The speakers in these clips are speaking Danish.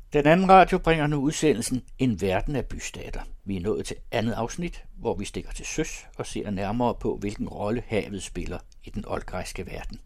Den anden radio bringer nu udsendelsen En verden af bystater. Vi er nået til andet afsnit, hvor vi stikker til søs og ser nærmere på, hvilken rolle havet spiller i den oldgræske verden.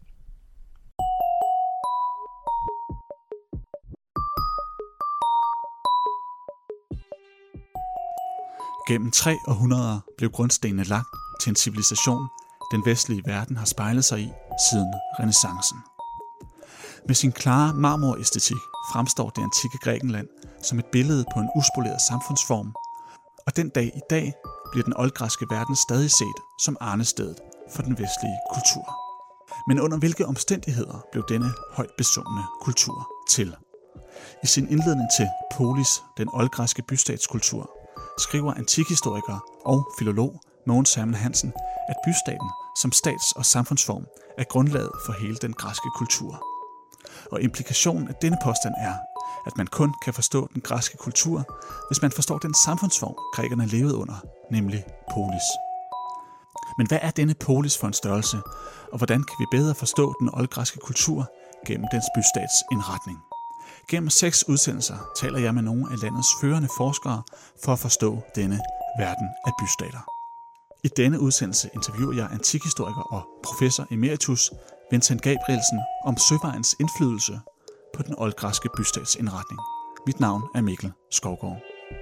Gennem 3 århundreder blev grundstenene lagt til en civilisation, den vestlige verden har spejlet sig i siden renæssancen. Med sin klare marmoræstetik fremstår det antikke Grækenland som et billede på en uspoleret samfundsform, og den dag i dag bliver den oldgræske verden stadig set som arnestedet for den vestlige kultur. Men under hvilke omstændigheder blev denne højt besungne kultur til? I sin indledning til Polis, den oldgræske bystatskultur, skriver antikhistoriker og filolog Mogens Hermann Hansen, at bystaten som stats- og samfundsform er grundlaget for hele den græske kultur. Og implikationen af denne påstand er, at man kun kan forstå den græske kultur, hvis man forstår den samfundsform, grækerne levede under, nemlig polis. Men hvad er denne polis for en størrelse, og hvordan kan vi bedre forstå den oldgræske kultur gennem dens bystatsindretning? Gennem 6 udsendelser taler jeg med nogle af landets førende forskere for at forstå denne verden af bystater. I denne udsendelse interviewer jeg antikhistoriker og professor emeritus Vincent Gabrielsen om søvejens indflydelse på den oldgræske bystatsindretning. Mit navn er Mikkel Skovgaard.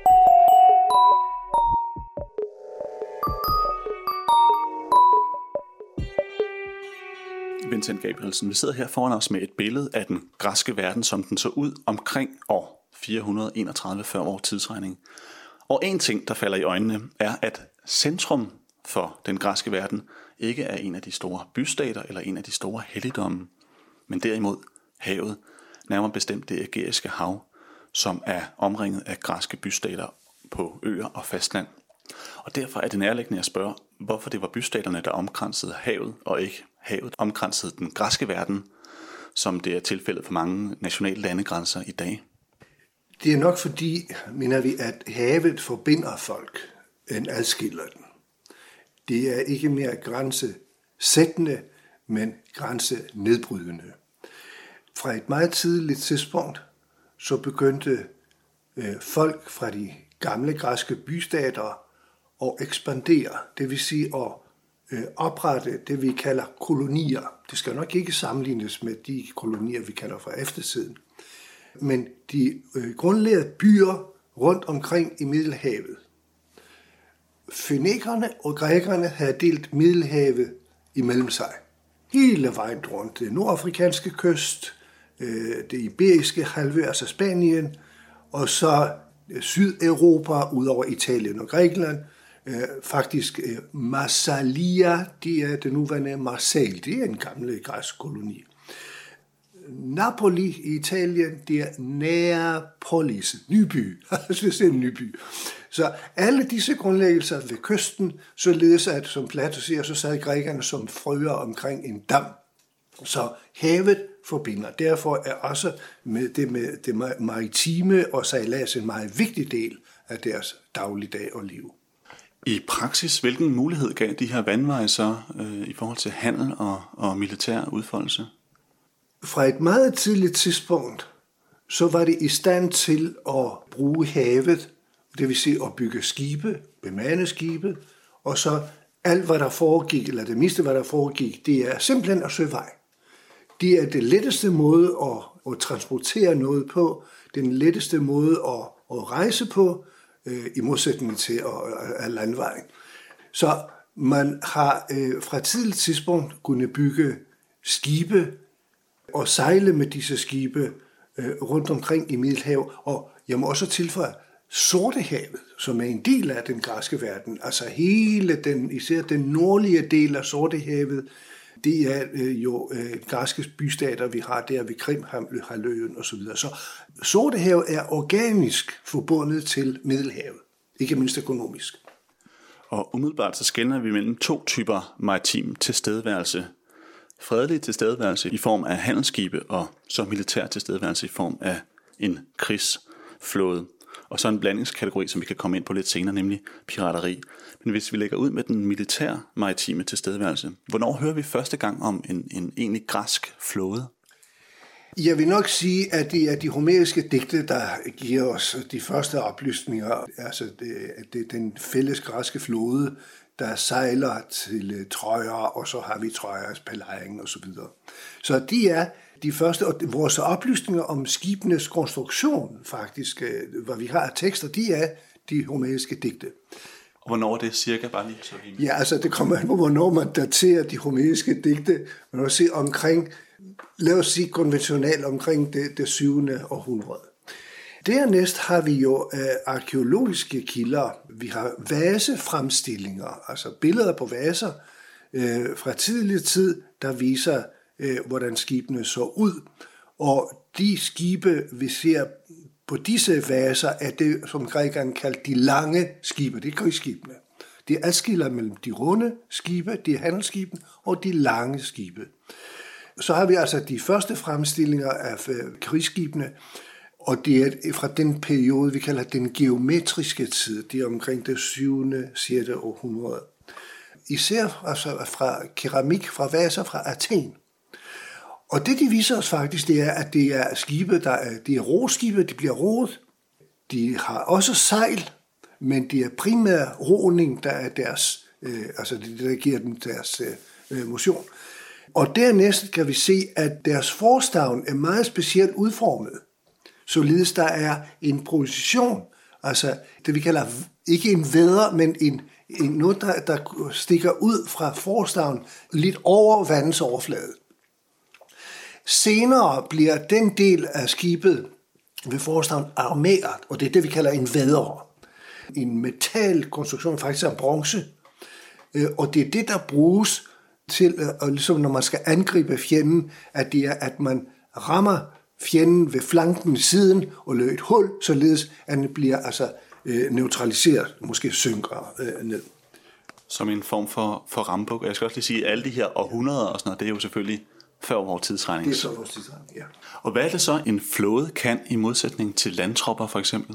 Vincent Gabrielsen, vi sidder her foran os med et billede af den græske verden, som den så ud omkring år 431 før vores tidsregning. Og en ting, der falder i øjnene, er, at centrum for den græske verden ikke er en af de store bystater eller en af de store helligdomme, men derimod havet, nærmere bestemt det Ægæiske hav, som er omringet af græske bystater på øer og fastland. Og derfor er det nærliggende at spørge, hvorfor det var bystaterne, der omkransede havet, og ikke havet omkransede den græske verden, som det er tilfældet for mange nationale landegrænser i dag. Det er nok fordi, mener vi, at havet forbinder folk, end adskiller den. Det er ikke mere grænsesættende, men grænsenedbrydende. Fra et meget tidligt tidspunkt, så begyndte folk fra de gamle græske bystater at ekspandere, det vil sige at oprette det, vi kalder kolonier. Det skal nok ikke sammenlignes med de kolonier, vi kalder fra eftertiden. Men de grundlagde byer rundt omkring i Middelhavet. Fønikerne og grækerne havde delt Middelhavet imellem sig. Hele vejen rundt det nordafrikanske kyst, det iberiske halvø, altså Spanien, og så Sydeuropa, ud over Italien og Grækenland. Faktisk Massalia, det er det nuværende Marseille, det er en gammel græsk koloni. Napoli i Italien, det er Neapolis, nyby, altså en nyby. Så alle disse grundlæggelser ved kysten, således at, som Plato siger, så sad grækerne som frøer omkring en dam. Så havet forbinder. Derfor er også med det maritime og sejlads en meget vigtig del af deres dagligdag og liv. I praksis, hvilken mulighed gav de her vandveje så i forhold til handel og militær udfoldelse? Fra et meget tidligt tidspunkt, så var det i stand til at bruge havet, det vil sige at bygge skibe, bemande skibe, og så alt, hvad der foregik, eller det meste, hvad der foregik, det er simpelthen at søvej. Det er det letteste måde at transportere noget på, den letteste måde at rejse på, i modsætning til landvejen. Så man har fra tidligt tidspunkt kunnet bygge skibe og sejle med disse skibe rundt omkring i Middelhavet, og jeg må også tilføje Sortehavet, som er en del af den græske verden, altså især den nordlige del af Sortehavet, det er jo græske bystater, vi har der ved Krimhalvøen og så videre. Så Sortehavet er organisk forbundet til Middelhavet, ikke mindst økonomisk. Og umiddelbart så skelner vi mellem 2 typer maritim tilstedeværelse. Fredelig tilstedeværelse i form af handelsskibe, og så militær tilstedeværelse i form af en krigsflåde. Og så en blandingskategori, som vi kan komme ind på lidt senere, nemlig pirateri. Men hvis vi lægger ud med den militære maritime tilstedeværelse, hvornår hører vi første gang om en egentlig græsk flåde? Jeg vil nok sige, at det er de homeriske digte, der giver os de første oplysninger. Altså det er den fælles græske flåde, der sejler til Troja, og så har vi Trojas belejring osv. Så de er de første, og vores oplysninger om skibenes konstruktion faktisk, hvad vi har af tekster, de er de homeriske digte. Og hvornår er det cirka, bare lige så vi... Ja, altså det kommer an på, hvornår man daterer de homeriske digte. Man vil sige omkring, lad os sige konventionelt omkring det 7. århundrede. Dernæst har vi jo arkæologiske kilder. Vi har vasefremstillinger, altså billeder på vaser fra tidlig tid, der viser, hvordan skibene så ud. Og de skibe, vi ser på disse vaser, er det, som grækerne kaldte de lange skibe. Det er krigsskibene. De adskiller mellem de runde skibe, de handelsskibe, og de lange skibe. Så har vi altså de første fremstillinger af krigsskibene, og det er fra den periode, vi kalder den geometriske tid. Det er omkring det 7. 6. århundrede. Især altså fra keramik, fra vaser fra Athen. Og det, de viser os faktisk, det er, at det er skibe, de er roskibe, de bliver roet. De har også sejl, men det er primær roning, der er deres, altså det, der giver dem deres motion. Og dernæst kan vi se, at deres forstavn er meget specielt udformet. Således der er en position, altså det vi kalder ikke en vædder, men noget, der stikker ud fra forstavn lidt over vandets overflade. Senere bliver den del af skibet ved forstavn armeret, og det er det, vi kalder en vædder. En metalkonstruktion, faktisk af bronze, og det er det, der bruges til, og ligesom når man skal angribe fjenden, at det er, at man rammer fjenden ved flanken i siden og løber et hul, således at den bliver altså neutraliseret, måske synker ned. Som en form for rambuk. Jeg skal også lige sige, at alle de her århundreder og sådan noget, det er jo selvfølgelig før vores tidsregning. Det er før vores tidsregning, ja. Og hvad er det så, en flåde kan i modsætning til landtropper for eksempel?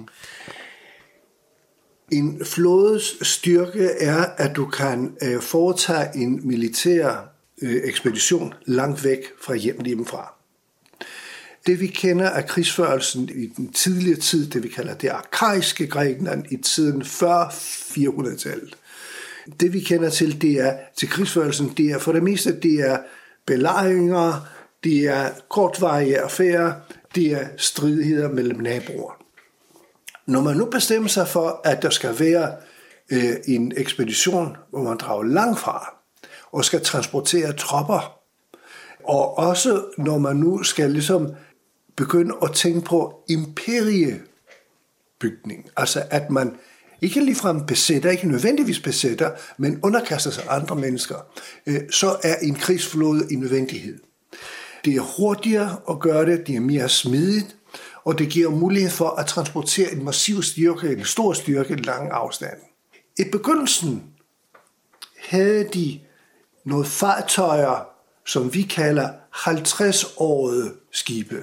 En flådes styrke er, at du kan foretage en militær ekspedition langt væk fra hjemmefra. Det vi kender af krigsførelsen i den tidlige tid, det vi kalder det arkaiske Grækenland i tiden før 400-tallet. Det vi kender til, det er til krigsførelsen, det er for det meste, det er belejringer, det er kortvarige affærer, det er stridigheder mellem naboer. Når man nu bestemmer sig for, at der skal være en ekspedition, hvor man drager langt fra og skal transportere tropper, og også når man nu skal ligesom begynde at tænke på imperiebygning, altså at man ikke ligefrem besætter, ikke nødvendigvis besætter, men underkaster sig andre mennesker, så er en krigsflåde en nødvendighed. Det er hurtigere at gøre det, det er mere smidigt, og det giver mulighed for at transportere en massiv styrke, en stor styrke, en lang afstand. I begyndelsen havde de nogle fartøjer, som vi kalder 50-årige skibe.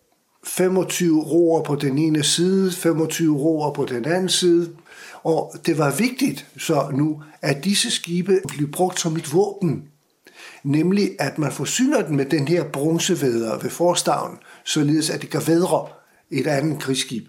25 roer på den ene side, 25 roer på den anden side. Og det var vigtigt så nu, at disse skibe blev brugt som et våben. Nemlig at man forsyner den med den her bronzevædder ved forstavnen, således at det kan vædre et andet krigsskib.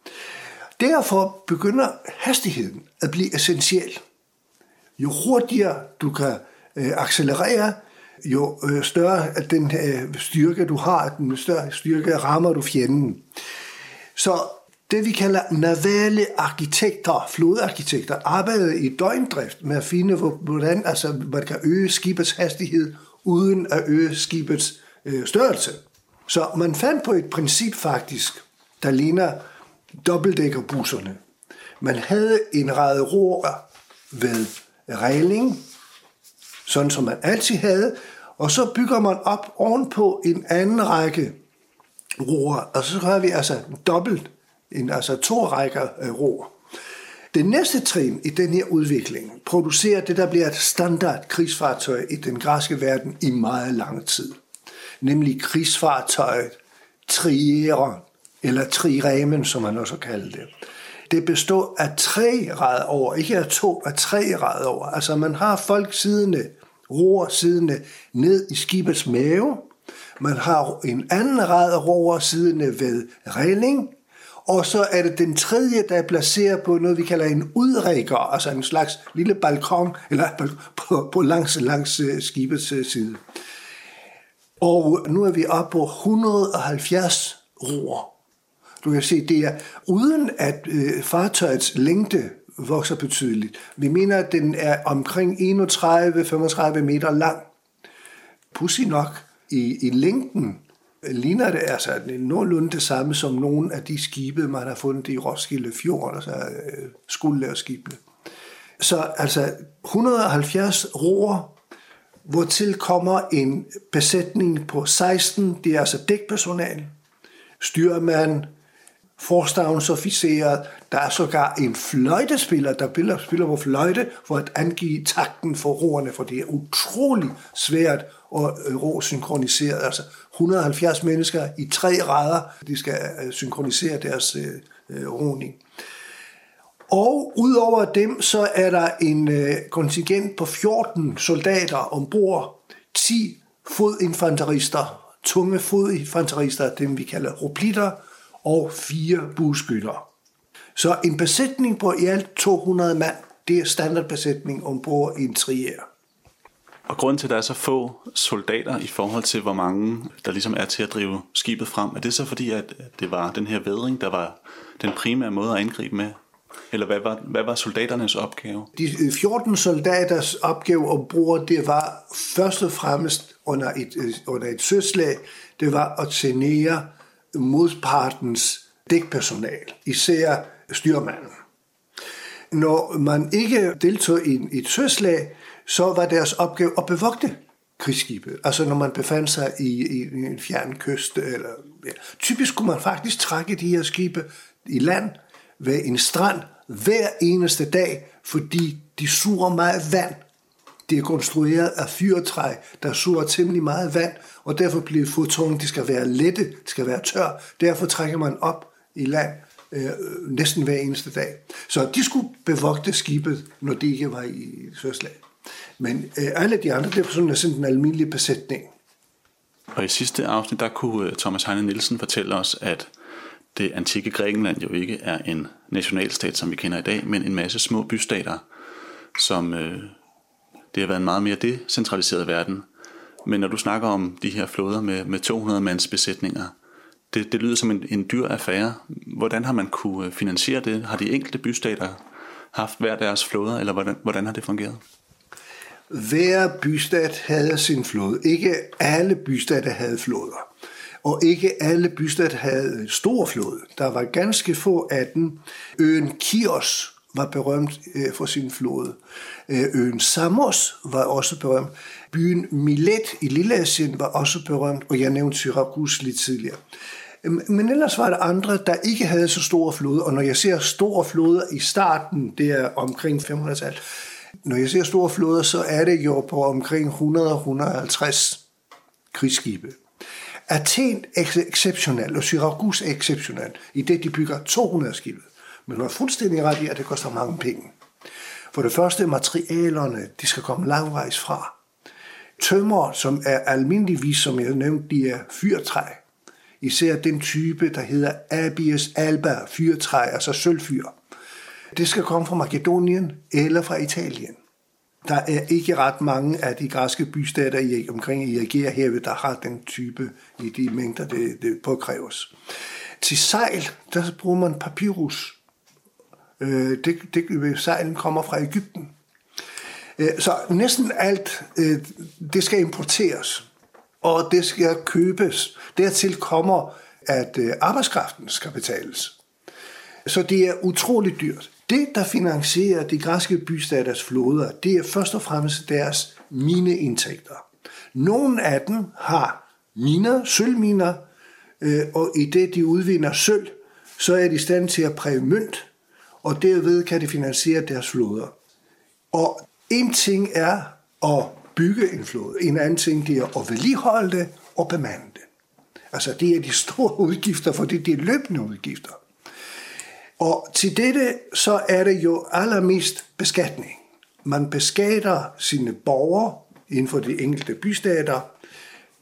Derfor begynder hastigheden at blive essentiel. Jo hurtigere du kan accelerere, jo større den styrke du har, den større styrke rammer du fjenden. Så det vi kalder navale arkitekter, flådearkitekter, arbejder i døgndrift med at finde, hvordan altså, man kan øge skibets hastighed, uden at øge skibets størrelse. Så man fandt på et princip faktisk, der ligner dobbeltdækkerbusserne. Man havde en række roer ved regling, sådan som man altid havde, og så bygger man op ovenpå en anden række roer, og så har vi altså dobbelt, altså 2 rækker roer. Det næste trin i den her udvikling producerer det, der bliver et standard krigsfartøj i den græske verden i meget lang tid. Nemlig krigsfartøjet trieren, eller triremen, som man også kalder det. Det består af 3 rader over, ikke af 2, af 3 rader over. Altså man har folk siddende, roer siddende ned i skibets mave, Man har en anden rad af roer siddende ved railing, og så er det den tredje, der er placeret på noget, vi kalder en udrækker, altså en slags lille balkon, eller på langs skibets side. Og nu er vi oppe på 170 roer. Du kan se, det er uden at fartøjets længde vokser betydeligt. Vi mener, at den er omkring 31-35 meter lang. Pudsigt nok, i længden ligner det altså nogenlunde det samme som nogle af de skibe, man har fundet i Roskilde Fjord, altså skuldlærskibene. Så altså 170 roer, hvortil kommer en besætning på 16, det er altså dækpersonal, styrmand, forstavnsofficerer, der er sågar en fløjtespiller, der spiller på fløjte for at angive takten for roerne, for det er utrolig svært at ro synkroniseret. Altså 170 mennesker i 3 rader, de skal synkronisere deres roning. Og udover dem, så er der en kontingent på 14 soldater ombord, 10 fodinfanterister, tunge fodinfanterister, dem vi kalder hoplitter, og 4 bueskytter. Så en besætning på i alt 200 mand, det er standardbesætning ombord i en trier. Og grunden til, at der er så få soldater i forhold til, hvor mange der ligesom er til at drive skibet frem, er det så fordi, at det var den her vædring, der var den primære måde at angribe med? Eller hvad var soldaternes opgave? De 14 soldaters opgave ombord, det var først og fremmest under et søslag, det var at genere modpartens dækpersonal, især styrmanden. Når man ikke deltog i et søslag, så var deres opgave at bevogte krigsskibet. Altså når man befandt sig i en fjern kyst. Eller, ja. Typisk kunne man faktisk trække de her skibe i land ved en strand hver eneste dag, fordi de suger meget vand. Det er konstrueret af fyrretræ, der suger temmelig meget vand, og derfor bliver fodtungen, de skal være lette, de skal være tør. Derfor trækker man op i land næsten hver eneste dag. Så de skulle bevogte skibet, når de ikke var i søslag. Men alle de andre, det var sådan en almindelig besætning. Og i sidste afsnit, der kunne Thomas Heine Nielsen fortælle os, at det antikke Grækenland jo ikke er en nationalstat, som vi kender i dag, men en masse små bystater, som det har været en meget mere decentraliseret verden. Men når du snakker om de her flåder med 200 mands besætninger, det lyder som en dyr affære. Hvordan har man kunne finansiere det? Har de enkelte bystater haft hver deres flåder, eller hvordan har det fungeret? Hver bystat havde sin flåde. Ikke alle bystater havde flåder. Og ikke alle bystater havde store flåde. Der var ganske få af dem. Øen Kios var berømt for sin flåde. Øen Samos var også berømt. Byen Milet i Lilleasien var også berømt, og jeg nævnte Syrakus lidt tidligere. Men ellers var der andre, der ikke havde så store flåder, og når jeg ser store flåder i starten, det er omkring 500-tallet, når jeg ser store flåder, så er det jo på omkring 100-150 krigsskibe. Athen er exceptionelt, og Syrakus er exceptionelt, i det de bygger 200 skibe. Men man er fuldstændig ret i, at det koster mange penge. For det første, materialerne, de skal komme langvejs fra. Tømmer, som er almindeligvis, som jeg nævnte, de er fyrtræ. Især den type, der hedder Abies alba fyrtræ, altså sølvfyr. Det skal komme fra Makedonien eller fra Italien. Der er ikke ret mange af de græske bystater omkring i Ægæerhavet, der har den type i de mængder, det påkræves. Til sejl, der bruger man papyrus. Sejlen kommer fra Egypten. Så næsten alt, det skal importeres, og det skal købes. Dertil kommer, at arbejdskraften skal betales. Så det er utroligt dyrt. Det, der finansierer de græske bystaters flåder, det er først og fremmest deres mineindtægter. Nogle af dem har miner, sølvminer, og i det, de udvinder sølv, så er de i stand til at præge mønt, og derved kan de finansiere deres flåder. Og en ting er at bygge en flåde, en anden ting det er at vedligeholde det og bemande det. Altså det er de store udgifter, fordi det er løbende udgifter. Og til dette så er det jo allermest beskatning. Man beskatter sine borgere inden for de enkelte bystater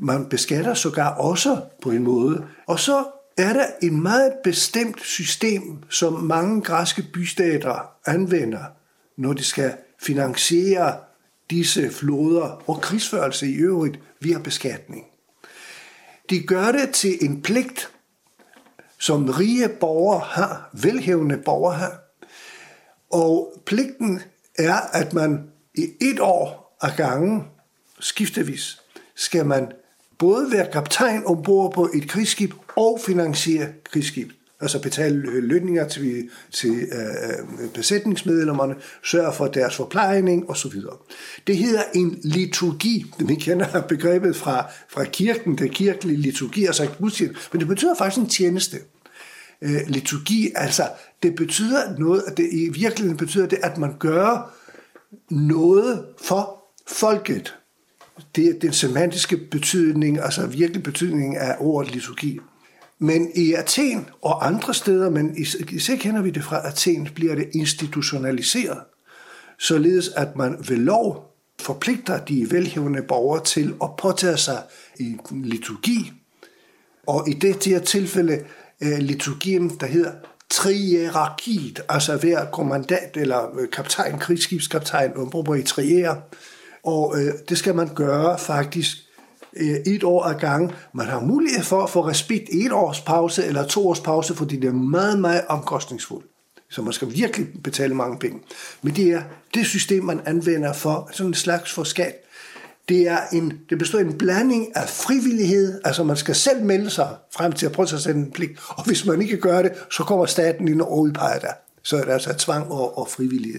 Man beskatter sågar også på en måde. Og så er der et meget bestemt system, som mange græske bystater anvender, når de skal finansiere disse floder og krigsførelse i øvrigt via beskatning. De gør det til en pligt, som rige borgere har, velhævende borgere har. Og pligten er, at man i 1 år ad gangen, skiftevis, skal man både være kaptajn ombord på et krigsskib og finansiere krigsskib. Altså betale lønninger til besætningsmedlemmerne, sørge for deres forplejning osv. Det hedder en liturgi. Vi kender begrebet fra kirken, det kirkelige liturgi, altså gudstjeneste, men det betyder faktisk en tjeneste. Liturgi, altså det betyder noget, at det i virkeligheden betyder det, at man gør noget for folket. Det er den semantiske betydning, altså virkelig betydningen af ordet liturgi. Men i Athen og andre steder, men især kender vi det fra Athen, bliver det institutionaliseret, således at man ved lov forpligter de velhævende borgere til at påtage sig en liturgi. Og i det her tilfælde liturgien, der hedder trierarkiet, altså hver kommandant eller kaptajn, krigsskibskaptajn, ombord i trier. Og det skal man gøre faktisk 1 år ad gang. Man har mulighed for at få respit 1 års pause eller 2 års pause, fordi det er meget, meget omkostningsfuldt. Så man skal virkelig betale mange penge. Men det er det system, man anvender for sådan en slags forskat. Det består af en blanding af frivillighed, altså man skal selv melde sig frem til at prøve at sende en pligt, og hvis man ikke gør det, så kommer staten ind og udpeger dig. Så er det altså tvang og frivillighed.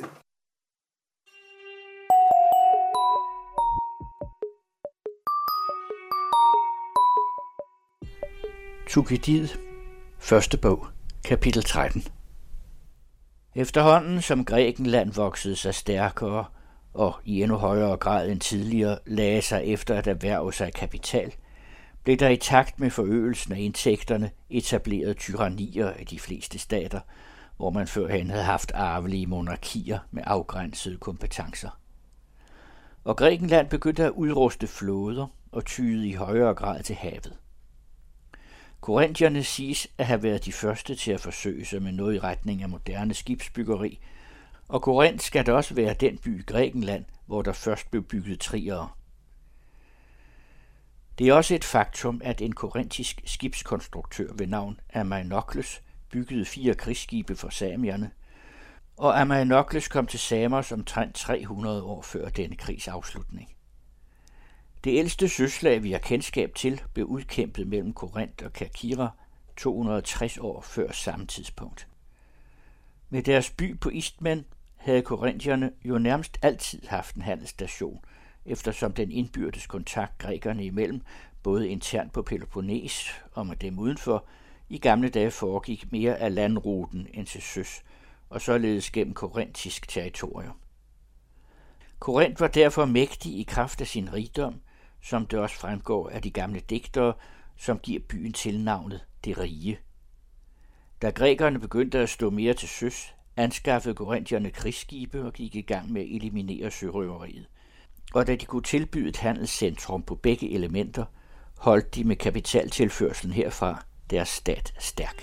Thukydides, 1. bog, kapitel 13. Efterhånden som Grækenland voksede sig stærkere og i endnu højere grad end tidligere lagde sig efter at erhverve sig kapital, blev der i takt med forøgelsen af indtægterne etableret tyrannier i de fleste stater, hvor man førhen havde haft arvelige monarkier med afgrænsede kompetencer. Og Grækenland begyndte at udruste flåder og tyede i højere grad til havet. Korintierne siges at have været de første til at forsøge sig med noget i retning af moderne skibsbyggeri, og Korinth skal da også være den by i Grækenland, hvor der først blev bygget triere. Det er også et faktum, at en korintisk skibskonstruktør ved navn Ameinokles byggede 4 krigsskibe for samierne, og Ameinokles kom til Samos omtrent 300 år før denne krigs afslutning. Det ældste søslag, vi har kendskab til, blev udkæmpet mellem Korinth og Kerkyra 260 år før samme tidspunkt. Med deres by på Istmen havde korintierne jo nærmest altid haft en handelsstation, eftersom den indbyrdes kontakt grækerne imellem, både internt på Peloponnes og med dem udenfor, i gamle dage foregik mere af landruten end til søs, og således gennem korintisk territorium. Korinth var derfor mægtig i kraft af sin rigdom, som det også fremgår af de gamle digtere, som giver byen tilnavnet Det Rige. Da grækerne begyndte at stå mere til søs, anskaffede korintierne krigsskibe og gik i gang med at eliminere sørøveriet. Og da de kunne tilbyde et handelscentrum på begge elementer, holdt de med kapitaltilførslen herfra deres stat stærk.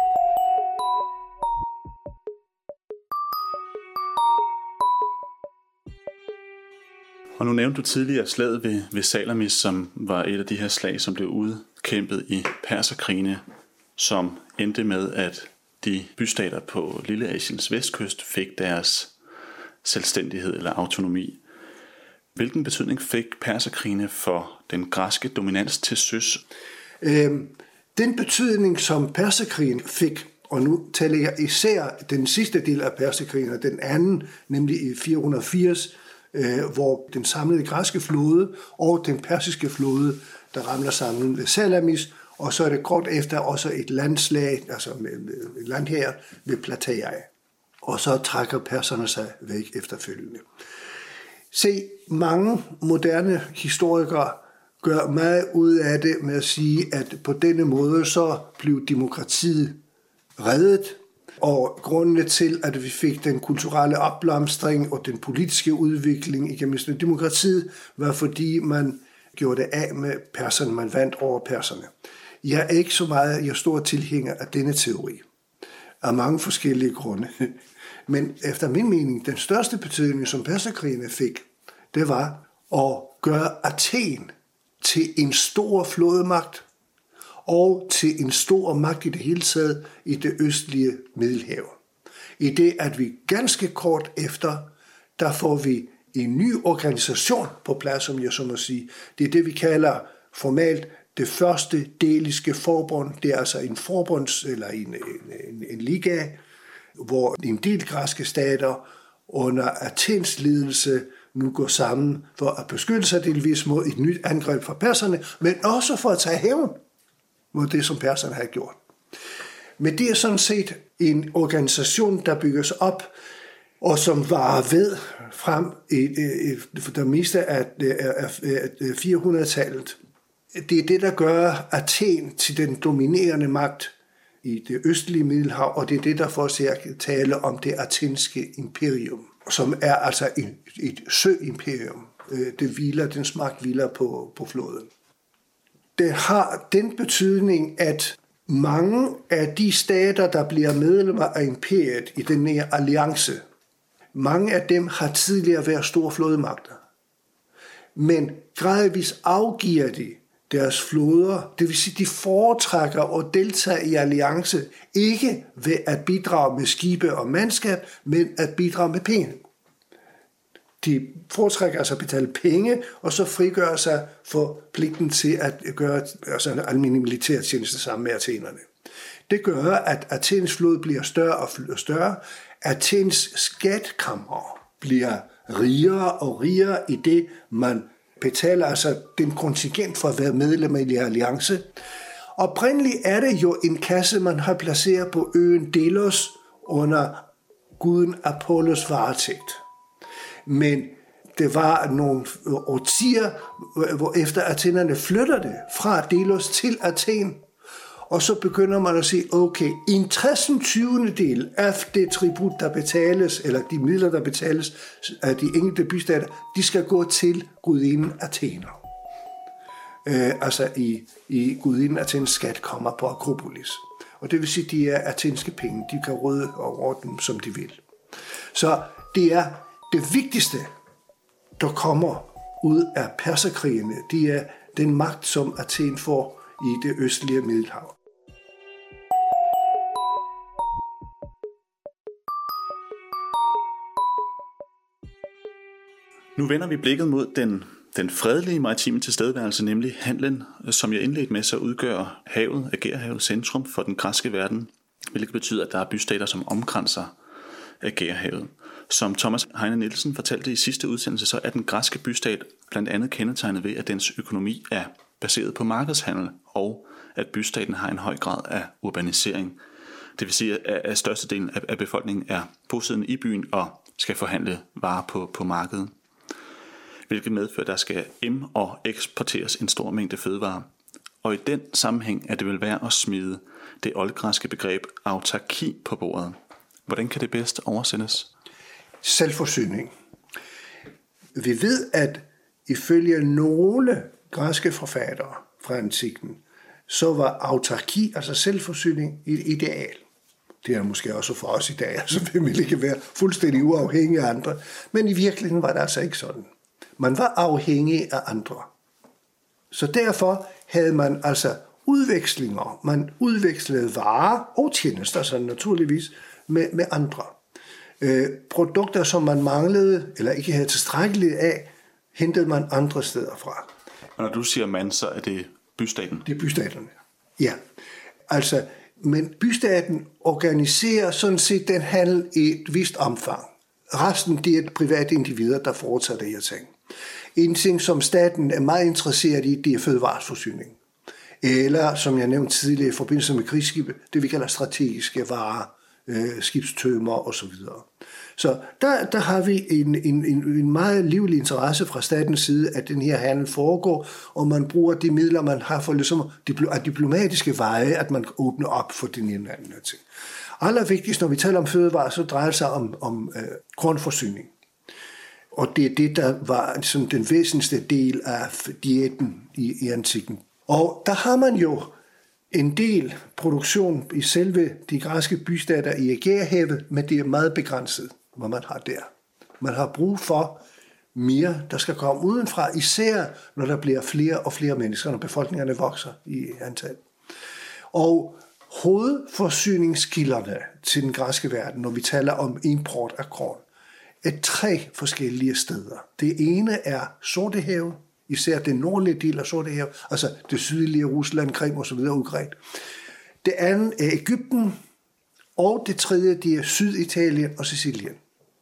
Og nu nævnte du tidligere slaget ved Salamis, som var et af de her slag, som blev udkæmpet i perserkrigene, som endte med, at de bystater på Lilleasiens vestkyst fik deres selvstændighed eller autonomi. Hvilken betydning fik perserkrigene for den græske dominans til søs? Den betydning, som perserkrigen fik, og nu taler jeg især den sidste del af perserkrigen, og den anden, nemlig i 480, hvor den samlede græske flåde og den persiske flåde, der ramler sammen ved Salamis, og så er det kort efter også et landslag, altså et landhær ved Plataea. Og så trækker perserne sig væk efterfølgende. Se, mange moderne historikere gør meget ud af det med at sige, at på denne måde så blev demokratiet reddet, og grundene til, at vi fik den kulturelle opblomstring og den politiske udvikling igennem demokratiet, var fordi man gjorde det af med perserne, man vandt over perserne. Jeg er ikke så meget, jeg er stor tilhænger af denne teori, af mange forskellige grunde. Men efter min mening, den største betydning, som perserkrigene fik, det var at gøre Athen til en stor flådemagt, og til en stor magt i det hele taget i det østlige Middelhav. I det, at vi ganske kort efter, der får vi en ny organisation på plads, som jeg så må sige. Det er det, vi kalder formalt det første deliske forbund. Det er altså en forbunds, eller en liga, hvor en del græske stater under Athens ledelse nu går sammen for at beskytte sig delvis mod et nyt angreb fra perserne, men også for at tage hævn mod det, som perserne har gjort. Men det er sådan set en organisation, der bygges op, og som varer ved frem i det meste af 400-tallet. Det er det, der gør Athen til den dominerende magt i det østlige Middelhav, og det er det, der får os til at tale om det athenske imperium, som er altså et søimperium. Dens magt hviler på floden. Det har den betydning, at mange af de stater, der bliver medlemmer af imperiet i den her alliance, mange af dem har tidligere været store flådemagter. Men gradvist afgiver de deres flåder, det vil sige, de foretrækker at deltage i alliance, ikke ved at bidrage med skibe og mandskab, men at bidrage med penge. De foretrækker altså at betale penge, og så frigør sig for pligten til at gøre en almindelig militærtjeneste sammen med athenerne. Det gør, at Athens flåde bliver større og større. Athens skatkammer bliver rigere og rigere i det, man betaler altså den kontingent for at være medlem af en alliance. Oprindeligt er det jo en kasse, man har placeret på øen Delos under guden Apollos varetægt. Men det var nogle årtier, hvor efter athenerne flytter det fra Delos til Athen, og så begynder man at sige, okay, en 60/20 af det tribut, der betales, eller de midler, der betales af de enkelte bystater, de skal gå til gudinden Athener. Altså i gudinden Athens skat kommer på Akropolis. Og det vil sige, at de er athenske penge, de kan råde over dem, som de vil. Så det er det vigtigste, der kommer ud af perserkrigene, det er den magt, som Athen får i det østlige Middelhav. Nu vender vi blikket mod den fredelige maritime tilstedeværelse, nemlig handlen, som jeg indledte med, så udgør havet, Ægæerhavet, centrum for den græske verden, hvilket betyder, at der er bystater, som omkranser Ægæerhavet. Som Thomas Heine Nielsen fortalte i sidste udsendelse, så er den græske bystat blandt andet kendetegnet ved, at dens økonomi er baseret på markedshandel, og at bystaten har en høj grad af urbanisering. Det vil sige, at størstedelen af befolkningen er bosiddende i byen og skal forhandle varer på markedet, hvilket medfører, at der skal og eksporteres en stor mængde fødevarer. Og i den sammenhæng er det vel værd at smide det oldgræske begreb autarki på bordet. Hvordan kan det bedst oversættes? Selvforsyning. Vi ved, at ifølge nogle græske forfattere fra antikken, så var autarki, altså selvforsyning, et ideal. Det er måske også for os i dag, altså vi vil ikke være fuldstændig uafhængige af andre, men i virkeligheden var det altså ikke sådan. Man var afhængig af andre. Så derfor havde man altså udvekslinger. Man udvekslede varer og tjenester, så naturligvis, med andre. Produkter, som man manglede, eller ikke havde tilstrækkeligt af, hentede man andre steder fra. Og når du siger man, så er det bystaten? Det er bystaterne, ja. Altså, men bystaten organiserer sådan set den handel i et vist omfang. Resten, det er private individer, der foretager det her ting. En ting, som staten er meget interesseret i, det er fødevareforsyning. Eller, som jeg nævnte tidligere, i forbindelse med krigsskibe, det vi kalder strategiske varer, skibstømmer osv. Så der har vi en meget livlig interesse fra statens side, at den her handel foregår, og man bruger de midler, man har for ligesom af diplomatiske veje, at man åbner op for den ene anden ting. Allervigtigst, når vi taler om fødevarer, så drejer det sig om kornforsyning. Og det er det, der var som den væsentligste del af diæten i antikken. Og der har man jo en del produktion i selve de græske bystater i Ægæerhavet, men det er meget begrænset, hvad man har der. Man har brug for mere, der skal komme udenfra, især når der bliver flere og flere mennesker, når befolkningerne vokser i antal. Og hovedforsyningskilderne til den græske verden, når vi taler om import af korn, er 3 forskellige steder. Det ene er Sortehavet, især den nordlige del af Sortehavet, altså det sydlige Rusland, Krim og så videre udgredt. Det andet er Egypten, og det tredje det er Syditalien og Sicilien.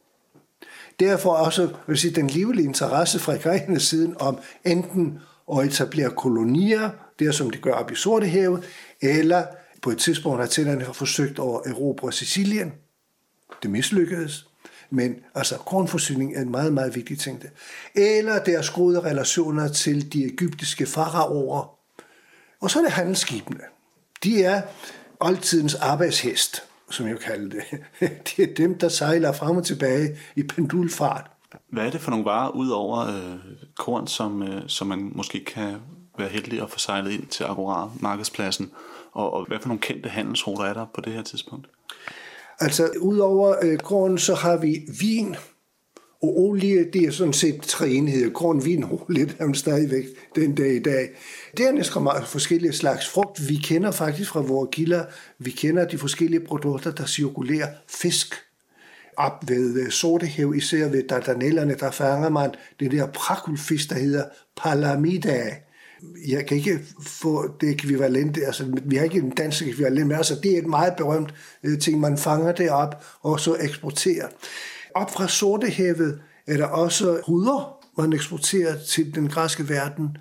Derfor også vil sige, den livlige interesse fra grækernes siden om enten at etablere kolonier, der som de gør op i Sortehavet, eller på et tidspunkt har athenerne forsøgt at erobre Sicilien. Det mislykkedes. Men altså kornforsyning er en meget, meget vigtig ting. Eller deres gode relationer til de egyptiske faraoer. Og så er det handelsskibene. De er oldtidens arbejdshest, som jeg kalder det. Det er dem, der sejler frem og tilbage i pendulfart. Hvad er det for nogle varer, ud over korn, som man måske kan være heldig at få sejlet ind til Agora, markedspladsen? Og hvad for nogle kendte handelsruter er der på det her tidspunkt? Altså, udover korn, så har vi vin og olie. Det er sådan set 3 enheder. Korn, vin og olie, der er stadigvæk den dag i dag. Dernæst kommer forskellige slags frugt. Vi kender faktisk fra vores kilder, vi kender de forskellige produkter, der cirkulerer. Fisk. Op ved Sortehavet, især ved Dardanellerne, der fanger man det der prakulfisk, der hedder Palamida. Jeg kan ikke få det ekvivalent, altså vi har ikke en dansk ekvivalent, men altså det er et meget berømt ting, man fanger det op og så eksporterer. Op fra Sortehavet er der også huder, man eksporterer til den græske verden,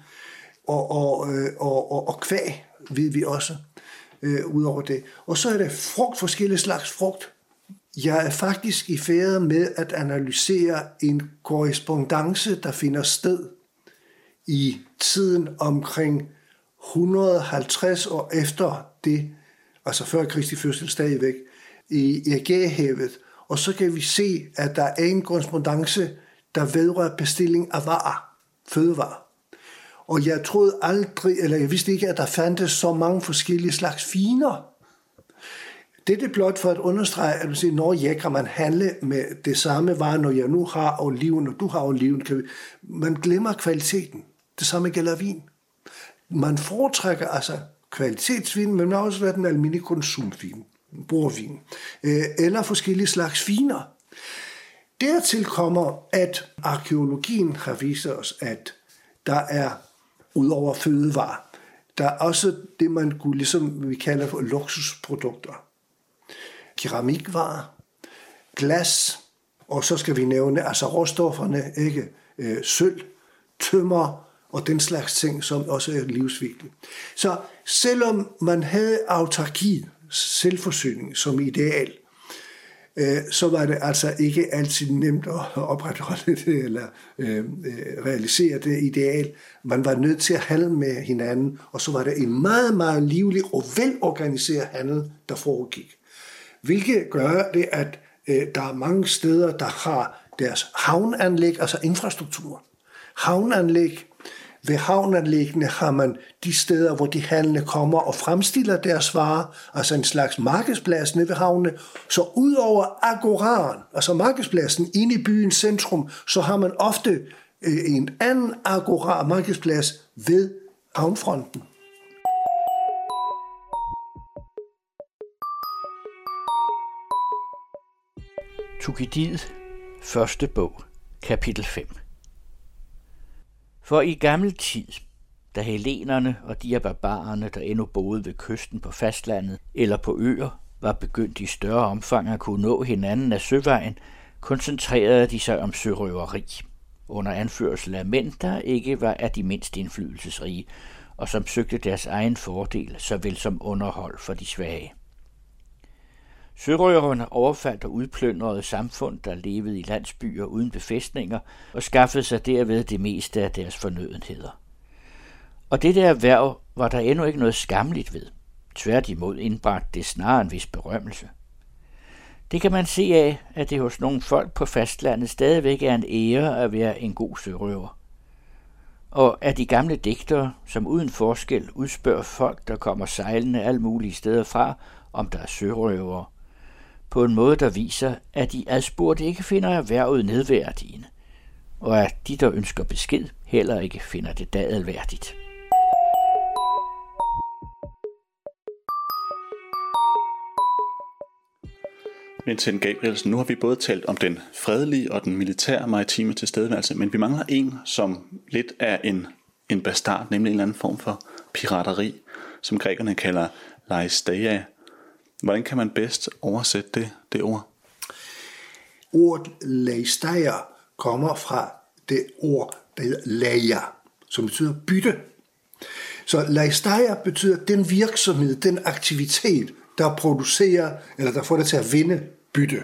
og kvæg ved vi også ud over det. Og så er der frugt, forskellige slags frugt. Jeg er faktisk i færd med at analysere en korrespondance, der finder sted i tiden omkring 150 år efter det, altså før Kristi fødsel stadigvæk, i Ægæerhavet. Og så kan vi se, at der er en korrespondance, der vedrører bestilling af varer, fødevarer. Og jeg troede aldrig, eller jeg vidste ikke, at der fandtes så mange forskellige slags viner. Det er blot for at understrege, at du siger, når jeg kan man handle med det samme varer, når jeg nu har oliven, og du har oliven. Man glemmer kvaliteten. Det samme gælder vin. Man foretrækker altså kvalitetsvin, men også den almindelige konsumvin, bordvin, eller forskellige slags viner. Dertil kommer, at arkæologien har vist os, at der er, ud over fødevarer, der er også det, man kunne, ligesom vi kalder for luksusprodukter. Keramikvarer, glas, og så skal vi nævne altså råstofferne, ikke? Sølv, tømmer og den slags ting, som også er livsvigtigt. Så selvom man havde autarki, selvforsyning som ideal, så var det altså ikke altid nemt at opretholde det eller realisere det ideal. Man var nødt til at handle med hinanden, og så var det en meget, meget livlig og velorganiseret handel, der foregik. Hvilket gør det, at der er mange steder, der har deres havneanlæg, altså infrastruktur. Havneanlæg. Ved havneanlæggene har man de steder, hvor de handlende kommer og fremstiller deres varer, altså en slags markedsplads nede ved havnene. Så ud over agoraen, altså markedspladsen inde i byens centrum, så har man ofte en anden agora, markedsplads ved havnfronten. Thukydides første bog, kapitel 5. For i gammel tid, da hellenerne og de af barbarerne, der endnu boede ved kysten på fastlandet eller på øer, var begyndt i større omfang at kunne nå hinanden af søvejen, koncentrerede de sig om sørøveri, under anførsel af mænd, der ikke var af de mindst indflydelsesrige, og som søgte deres egen fordel, såvel som underhold for de svage. Sørøverne overfaldt og udplyndrede samfund, der levede i landsbyer uden befæstninger, og skaffede sig derved det meste af deres fornødenheder. Og dette erhverv var der endnu ikke noget skamligt ved. Tværtimod indbragte det snarere en vis berømmelse. Det kan man se af, at det hos nogle folk på fastlandet stadigvæk er en ære at være en god sørøver. Og at de gamle digtere, som uden forskel udspørger folk, der kommer sejlende alle mulige steder fra, om der er sørøvere, på en måde, der viser, at de adspurgte ikke finder erhvervet nedværdigende, og at de, der ønsker besked, heller ikke finder det dadelværdigt. Vincent Gabrielsen, nu har vi både talt om den fredelige og den militære maritime tilstedeværelse, men vi mangler en, som lidt er en bastard, nemlig en eller anden form for pirateri, som grækerne kalder laisteia. Hvordan kan man bedst oversætte det ord? Ordet laisteia kommer fra det ord, der hedder laia, som betyder bytte. Så laisteia betyder den virksomhed, den aktivitet, der producerer, eller der får det til at vinde bytte.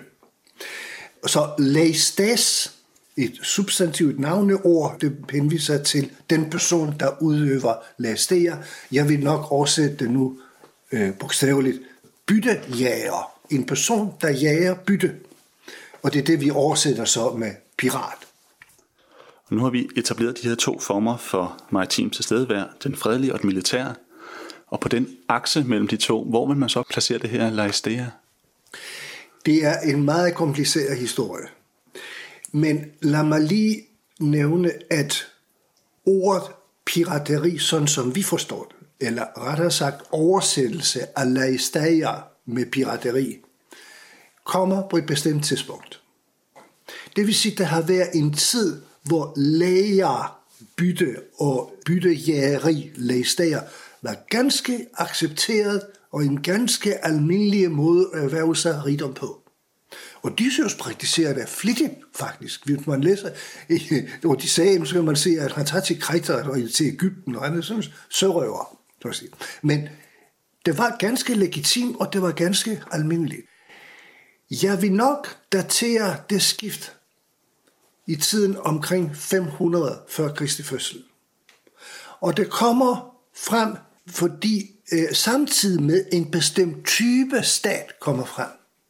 Så laistes, et substantivt navneord, det henviser til den person, der udøver laisteia. Jeg vil nok oversætte det nu bogstaveligt. Byttejager. En person, der jager bytte. Og det er det, vi oversætter så med pirat. Og nu har vi etableret de her to former for maritim tilstedeværelse, den fredelige og den militære. Og på den akse mellem de to, hvor vil man så placere det her laisteia? Det er en meget kompliceret historie. Men lad mig lige nævne, at ordet pirateri, sådan som vi forstår det, eller rettere sagt oversættelse af laisteia med pirateri, kommer på et bestemt tidspunkt. Det vil sige, at der har været en tid, hvor lager, bytte og byttejægeri, laisteia, var ganske accepteret og en ganske almindelig måde at erhverve sig rigdom på. Og Odysseus praktiserer det flittigt, faktisk. Hvis man læser Odysseum, så kan man se, at han tager til Kreta og til Egypten, og han er sådan sørøver. Men det var ganske legitimt, og det var ganske almindeligt. Jeg vil nok datere det skift i tiden omkring 500 før Kristi fødsel. Og det kommer frem, fordi samtidig med en bestemt type stat kommer frem.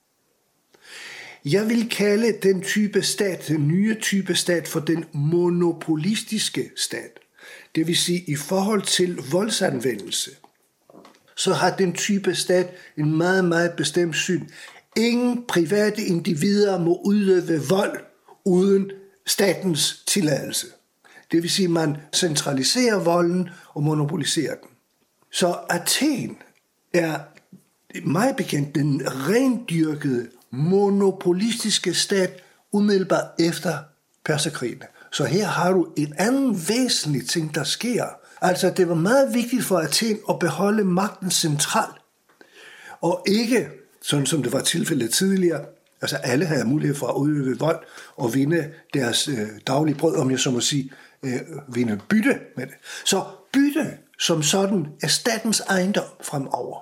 Jeg vil kalde den type stat, den nye type stat, for den monopolistiske stat. Det vil sige, i forhold til voldsanvendelse, så har den type stat en meget, meget bestemt syn. Ingen private individer må udøve vold uden statens tilladelse. Det vil sige, at man centraliserer volden og monopoliserer den. Så Athen er meget bekendt den rendyrkede monopolistiske stat umiddelbart efter perserkrigene. Så her har du en anden væsentlig ting, der sker. Altså, det var meget vigtigt for Athen at beholde magten centralt, og ikke, sådan som det var tilfældet tidligere, altså alle havde mulighed for at udøve vold og vinde deres daglige brød, om jeg så må sige, vinde bytte med det. Så bytte som sådan er statens ejendom fremover.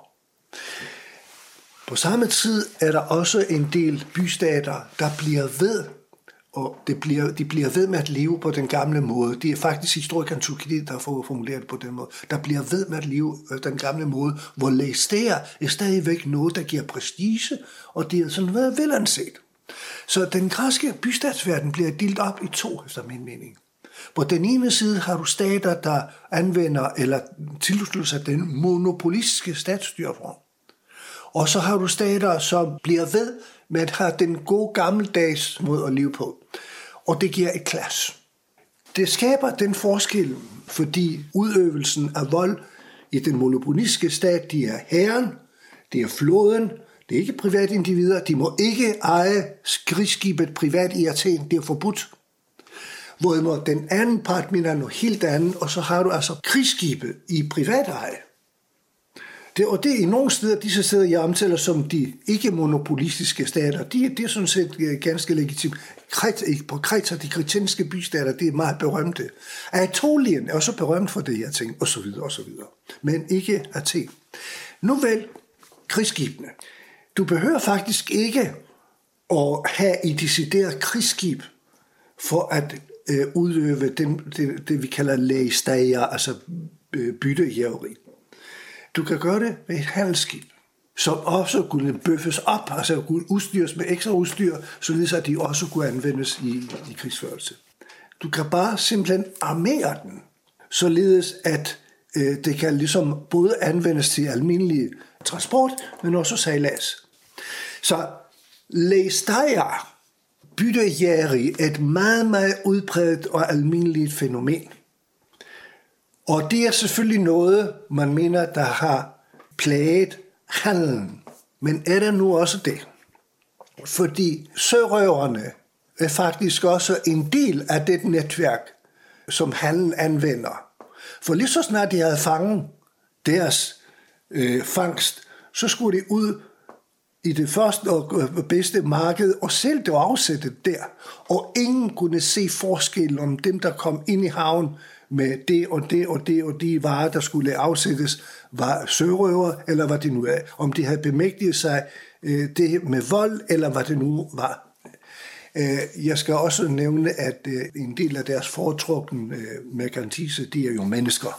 På samme tid er der også en del bystater, der bliver ved, og de bliver ved med at leve på den gamle måde. Det er faktisk historikeren Thukydides, der har formuleret det på den måde. Der bliver ved med at leve den gamle måde, hvor laisteia er stadigvæk noget, der giver prestige, og det er sådan været velanset. Så den græske bystatsverden bliver delt op i to, efter min mening. På den ene side har du stater, der anvender eller tilslutter sig den monopolistiske statsstyreform. Og så har du stater, som bliver ved med at have den gode gammeldags måde at leve på. Og det giver et klasse. Det skaber den forskel, fordi udøvelsen af vold i den monopolistiske stat, de er herren, det er flåden, det er ikke private individer, de må ikke eje krigsskibet privat i Athen, det er forbudt. Hvorimod den anden part mener noget helt andet, og så har du altså krigsskibet i privat eje. Og det er i nogle steder, disse steder, jeg omtaler som de ikke-monopolistiske stater, det er sådan set ganske legitimt. På Kreta, de kretenske bystater, det er meget berømte. Anatolien er også berømt for det her ting, osv. Men ikke Athen. Nu vel, krigsskibene. Du behøver faktisk ikke at have et decideret krigsskib for at udøve det vi kalder laisteia, altså byttejæveri. Du kan gøre det med et handelsskib. som også kunne bøffes op, altså kunne udstyres med ekstra udstyr, således at de også kunne anvendes i krigsførelse. Du kan bare simpelthen armere den, således at det kan ligesom både anvendes til almindelig transport, men også sejlads. Så leestejere, byttejægeri, er et meget, meget udbredt og almindeligt fænomen. Og det er selvfølgelig noget, man mener, der har plaget handelen. Men er der nu også det? Fordi sørøverne er faktisk også en del af det netværk, som handelen anvender. For lige så snart de havde fanget deres fangst, så skulle de ud i det første og bedste marked og sælge det og afsætte det der. Og ingen kunne se forskel om dem, der kom ind i havn med det og det og det og de varer, der skulle afsættes, var sørøver, eller hvad det nu er. Om de havde bemægtiget sig det med vold, eller hvad det nu var. Jeg skal også nævne, at en del af deres foretrukne merkantise, de er jo mennesker.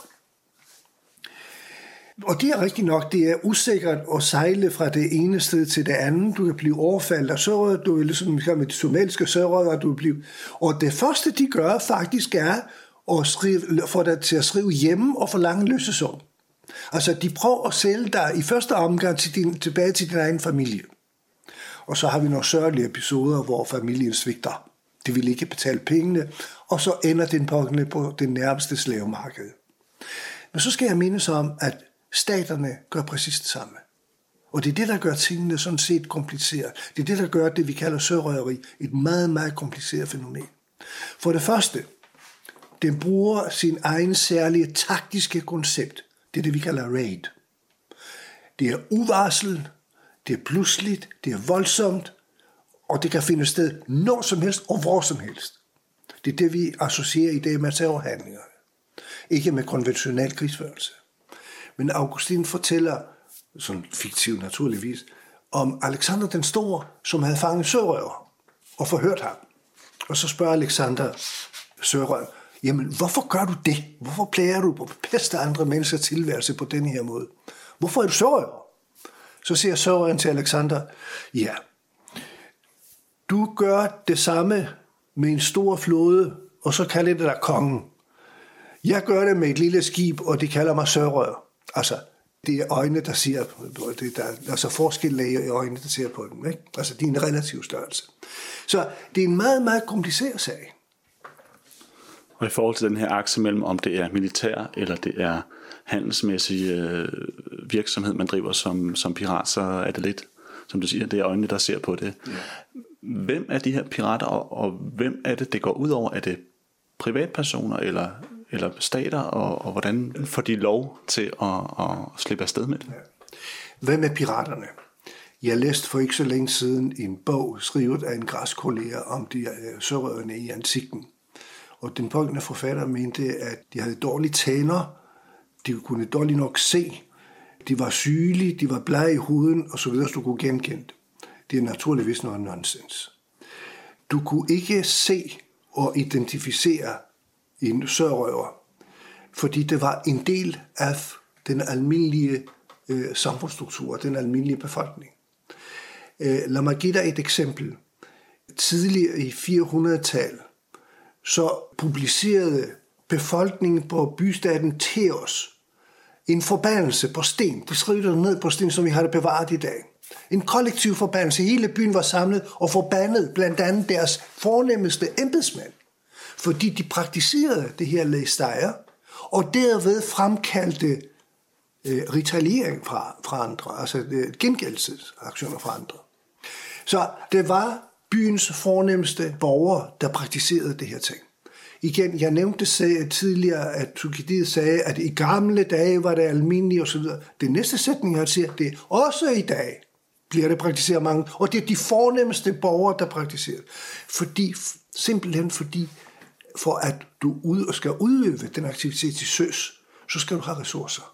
Og det er rigtigt nok, det er usikkert at sejle fra det ene sted til det andet. Du kan blive overfaldet af sørøver, du er ligesom med de somaliske sørøver, du bliver. Og det første, de gør faktisk er at få dig til at skrive hjemme og forlange løsesum. Altså, de prøver at sælge dig i første omgang tilbage til din egen familie. Og så har vi nogle sørgelige episoder, hvor familien svigter. De vil ikke betale pengene, og så ender den pågældende på det nærmeste slavemarked. Men så skal jeg mindes om, at staterne gør præcis det samme. Og det er det, der gør tingene sådan set kompliceret. Det er det, der gør det, vi kalder sørøveri, et meget, meget kompliceret fænomen. For det første, den bruger sin egen særlige taktiske koncept. Det er det, vi kalder raid. Det er uvarsel, det er pludseligt, det er voldsomt, og det kan finde sted når som helst og hvor som helst. Det er det, vi associerer i dag med terrorhandlinger. Ikke med konventionel krigsførelse. Men Augustin fortæller, sådan fiktivt naturligvis, om Alexander den Store, som havde fanget sørøver og forhørt ham. Og så spørger Alexander sørøver, jamen hvorfor gør du det? Hvorfor plager du på peste andre menneskers tilværelse på den her måde? Hvorfor er du sørøver? Så siger sørøveren til Alexander, ja, du gør det samme med en stor flåde, og så kalder det dig kongen. Jeg gør det med et lille skib, og de kalder mig sørøver. Altså, det er øjnene, der siger, altså forskel i øjnene, der ser på dem. Ikke? Altså, det er en relativ størrelse. Så det er en meget, meget kompliceret sag. Og i forhold til den her akse mellem, om det er militær, eller det er handelsmæssig virksomhed, man driver som pirat, så er det lidt, som du siger, det er øjnene, der ser på det. Ja. Hvem er de her pirater, og hvem er det går ud over? Er det privatpersoner, eller stater, og hvordan får de lov til at slippe afsted med det? Ja. Hvem er piraterne? Jeg læste for ikke så længe siden en bog, skrevet af en græsk kollega om de sørøverne i antikken. Og den pågældende forfatter mente, at de havde dårlige tænder, de kunne dårligt nok se, de var sygelige, de var blege i huden, og så videre, så du kunne genkende det. Det er naturligvis noget nonsens. Du kunne ikke se og identificere en sørøver, fordi det var en del af den almindelige samfundsstruktur, den almindelige befolkning. Lad mig give dig et eksempel. Tidligere i 400-tallet, så publicerede befolkningen på bystaten Teos en forbandelse på sten. De skrev det ned på sten, som vi har det bevaret i dag. En kollektiv forbandelse. Hele byen var samlet og forbandet blandt andet deres fornemmeste embedsmænd, fordi de praktiserede det her leestejre, og derved fremkaldte retaliering fra andre, altså gengældelsesaktioner fra andre. Så det var byens fornemmeste borgere, der praktiserede det her ting. Igen, jeg nævnte tidligere, at Thukydides sagde, at i gamle dage var det almindeligt osv. Det næste sætning, jeg siger, det er også i dag bliver det praktiseret mange, og det er de fornemmeste borgere, der praktiserer. Simpelthen fordi, for at du skal udøve den aktivitet til søs, så skal du have ressourcer.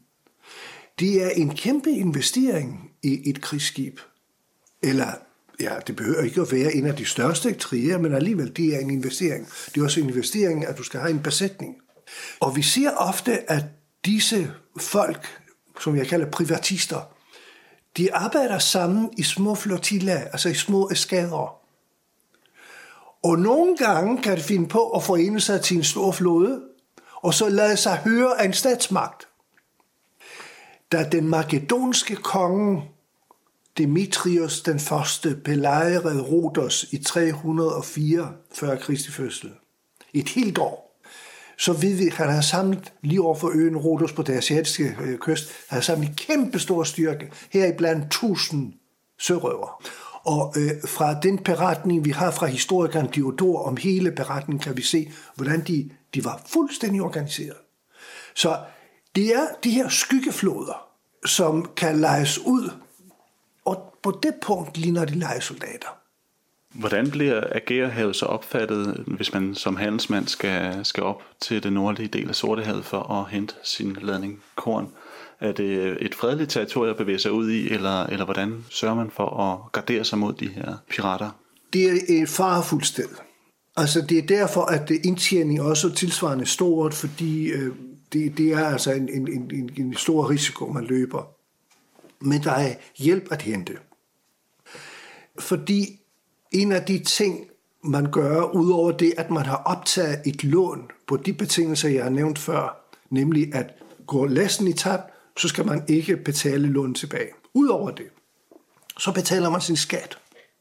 Det er en kæmpe investering i et krigsskib. Eller, ja, det behøver ikke at være en af de største kriger, men alligevel, det er en investering. Det er også en investering, at du skal have en besætning. Og vi ser ofte, at disse folk, som jeg kalder privatister, De arbejder sammen i små flotillaer, altså i små eskader. Og nogle gange kan de finde på at forene sig til en stor flåde, og så lade sig høre af en statsmagt. Da den makedonske konge Demetrios den første belejrede Rhodos i 304 før Kristi fødsel, et helt år, så ved vi, at han har samlet lige over for øen Rhodos på den asiatiske kyst, han har samlet en kæmpe stor styrke, heriblandt 1000 sørøver. Og fra den beretning, vi har fra historikeren Diodor om hele beretningen, kan vi se, hvordan de var fuldstændig organiseret. Så det er de her skyggefloder, som kan lejes ud, og på det punkt ligner de lejesoldater. Hvordan bliver Ægæerhavet så opfattet, hvis man som handelsmand skal op til den nordlige del af Sortehavet for at hente sin ladning korn? Er det et fredeligt territorium at bevæge sig ud i, eller hvordan sørger man for at gardere sig mod de her pirater? Det er et farefuldt sted. Altså det er derfor, at indtjening også er tilsvarende stort, fordi det er altså en stor risiko, man løber. Men der er hjælp at hente. Fordi en af de ting, man gør, udover det, at man har optaget et lån på de betingelser, jeg har nævnt før, nemlig at gå læsten i tab, så skal man ikke betale lån tilbage. Udover det, så betaler man sin skat.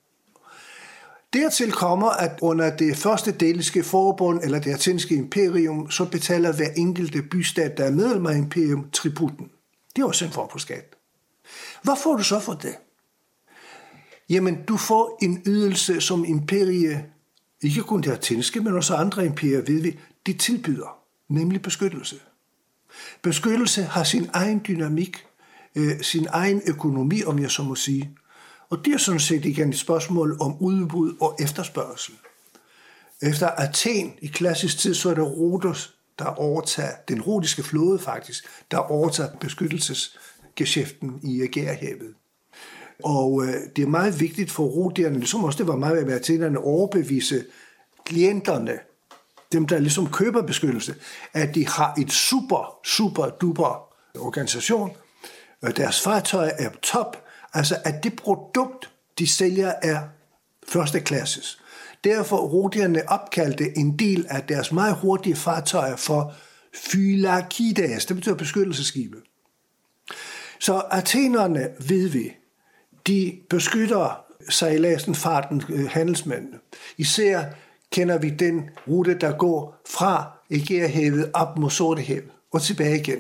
Dertil kommer, at under det første deliske forbund, eller det athenske imperium, så betaler hver enkelte bystat, der er medlem af imperium, tributen. Det er også en form for skat. Hvad får du så for det? Jamen, du får en ydelse, som imperie, ikke kun det athenske, men også andre imperier, ved vi, de tilbyder, nemlig beskyttelse. Beskyttelse har sin egen dynamik, sin egen økonomi, om jeg så må sige. Og det er sådan set igen et spørgsmål om udbud og efterspørgsel. Efter Athen i klassisk tid, så er det Rhodos, der overtager, den rhodiske flåde faktisk, der overtager beskyttelsesgeschæften i Ægæerhavet. Og det er meget vigtigt for rhodierne, ligesom også det var meget ved athenerne, overbevise klienterne, dem der ligesom køber beskyttelse, at de har et super duper organisation, deres fartøj er top, altså at det produkt, de sælger, er første klasses. Derfor rhodierne opkaldte en del af deres meget hurtige fartøjer for phylakidas, det betyder beskyttelsesskibe. Så athenerne, ved vi, de beskytter sejladsen, farten, handelsmændene. Især kender vi den rute, der går fra Ægæerhavet op mod Sortehavet og tilbage igen.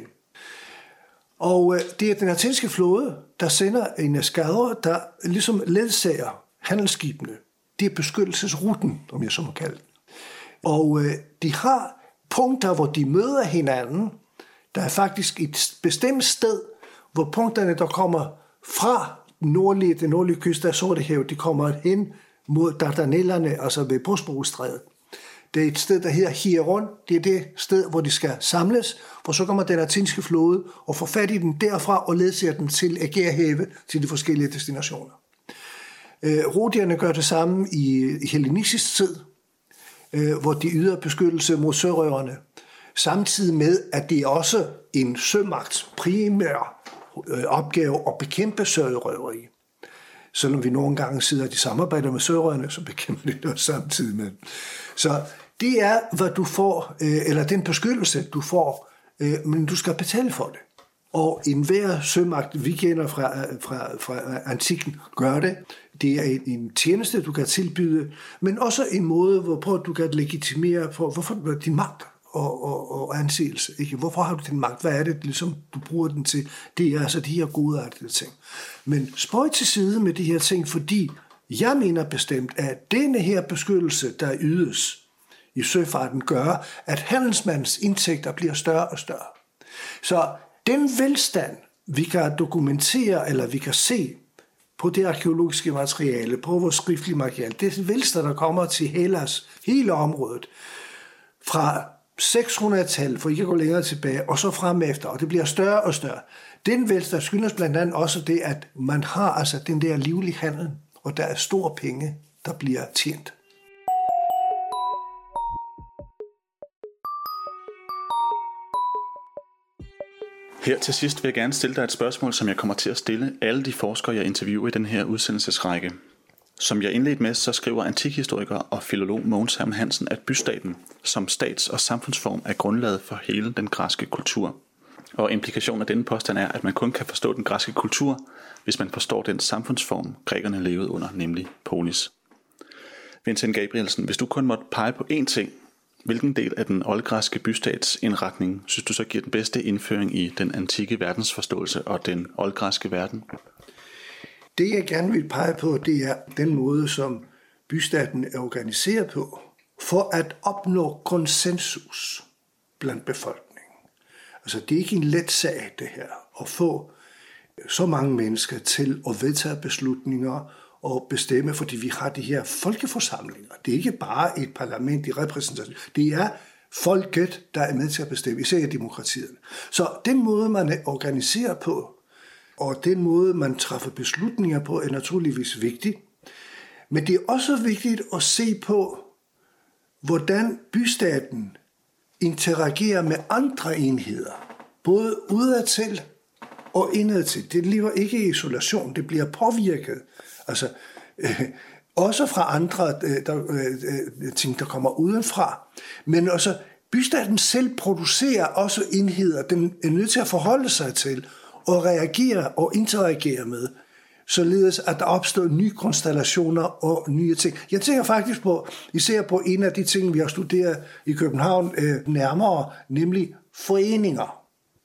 Og det er den athenske flåde, der sender en eskadre, der ligesom ledsager handelsskibene. Det er beskyttelsesruten, om jeg så må kalde det. Og de har punkter, hvor de møder hinanden. Der er faktisk et bestemt sted, hvor punkterne, der kommer fra den nordlige kyst af Sortehavet, de kommer hen mod Dardanellerne, altså ved Bosporusstrædet. Det er et sted, der hedder Hieron. Det er det sted, hvor de skal samles, hvor så kommer den athenske flåde og får fat i den derfra og ledsager den til Ægæerhavet, til de forskellige destinationer. Rhodierne gør det samme i hellenistisk tid, hvor de yder beskyttelse mod sørøverne, samtidig med, at det er også en sømagts primær opgave at bekæmpe sørøveri. Selvom vi nogle gange sidder de samarbejder med sørøverne, så bekæmper de det samtidig med. Så det er, hvad du får, eller den beskyttelse, du får, men du skal betale for det. Og enhver sømagt, vi kender fra antikken, gør det. Det er en tjeneste, du kan tilbyde, men også en måde, hvorpå du kan legitimere for, hvorfor din magt og anseelse. Ikke? Hvorfor har du din magt? Hvad er det, ligesom, du bruger den til? Det er altså de her godartede ting. Men spøj til side med de her ting, fordi jeg mener bestemt, at denne her beskyttelse, der ydes i søfarten, gør, at handelsmandens indtægter bliver større og større. Så den velstand, vi kan dokumentere, eller vi kan se på det arkeologiske materiale, på vores skriftlige materiale, det velstand, der kommer til Hellas, hele området, fra 600-tallet, for ikke at gå længere tilbage, og så frem efter, og det bliver større og større. Den velstand skyldes blandt andet også det, at man har altså den der livlige handel, og der er store penge, der bliver tjent. Her til sidst vil jeg gerne stille dig et spørgsmål, som jeg kommer til at stille alle de forskere, jeg interviewer i den her udsendelsesrække. Som jeg indledte med, så skriver antikhistoriker og filolog Mogens Hermann Hansen, at bystaten som stats- og samfundsform er grundlaget for hele den græske kultur. Og implikationen af denne påstand er, at man kun kan forstå den græske kultur, hvis man forstår den samfundsform, grækerne levede under, nemlig polis. Vincent Gabrielsen, hvis du kun måtte pege på én ting, hvilken del af den oldgræske bystats indretning synes du så giver den bedste indføring i den antikke verdensforståelse og den oldgræske verden? Det jeg gerne vil pege på, det er den måde, som bystaten er organiseret på, for at opnå konsensus blandt befolkningen. Altså det er ikke en let sag det her, at få så mange mennesker til at vedtage beslutninger og bestemme, fordi vi har de her folkeforsamlinger. Det er ikke bare et parlament i repræsentation. Det er folket, der er med til at bestemme, især i demokratiet. Så den måde, man er organiseret på, og den måde, man træffer beslutninger på, er naturligvis vigtig. Men det er også vigtigt at se på, hvordan bystaten interagerer med andre enheder, både udadtil og indadtil. Det lever ikke i isolation, det bliver påvirket. Altså, også fra andre ting, der kommer udenfra. Men også bystaten selv producerer også enheder, den er nødt til at forholde sig til og reagere og interagere med, således at der opstår nye konstellationer og nye ting. Jeg tænker faktisk på, især på en af de ting, vi har studeret i København nærmere, nemlig foreninger,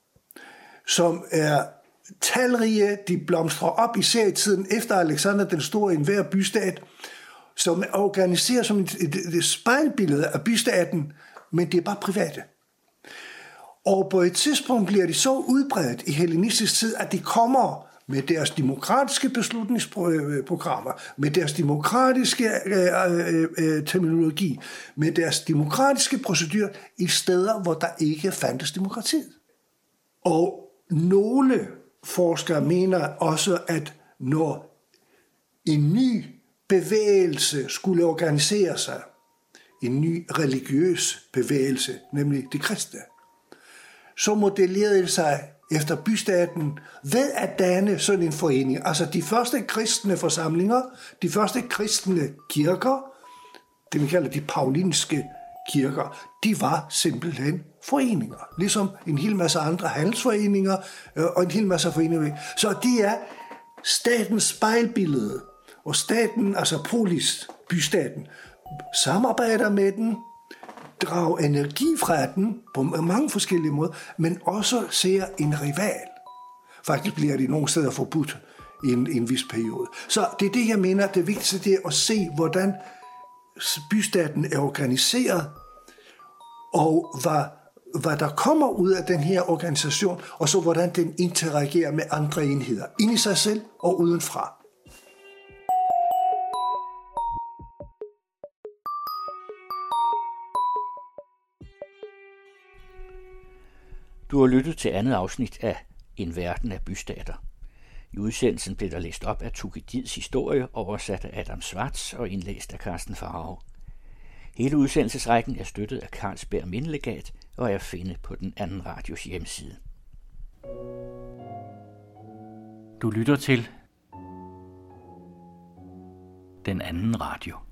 som er talrige, de blomstrer op især i tiden efter Alexander den Store i enhver bystat, som er organiseret som et spejlbillede af bystaten, men det er bare private. Og på et tidspunkt bliver de så udbredt i hellenistisk tid, at de kommer med deres demokratiske beslutningsprogrammer, med deres demokratiske terminologi, med deres demokratiske procedur i steder, hvor der ikke fandtes demokratiet. Og nogle forskere mener også, at når en ny bevægelse skulle organisere sig, en ny religiøs bevægelse, nemlig de kristne, så modellerede det sig efter bystaten ved at danne sådan en forening. Altså de første kristne forsamlinger, de første kristne kirker, det vi kalder de paulinske kirker, de var simpelthen foreninger. Ligesom en hel masse andre handelsforeninger og en hel masse foreninger. Så det er statens spejlbillede. Og staten, altså polis, bystaten, samarbejder med den, drager energi fra den på mange forskellige måder, men også ser en rival. Faktisk bliver det nogle steder forbudt i en vis periode. Så det er det, jeg mener, det vigtigste det er at se, hvordan bystaten er organiseret, og hvad der kommer ud af den her organisation, og så hvordan den interagerer med andre enheder, ind i sig selv og udenfra. Du har lyttet til andet afsnit af En verden af bystater. I udsendelsen blev der læst op af Thukydids historie, oversat af Adam Schwartz og indlæst af Carsten Farag. Hele udsendelsesrækken er støttet af Carlsberg Mindelegat og er at finde på den anden radios hjemmeside. Du lytter til Den anden radio.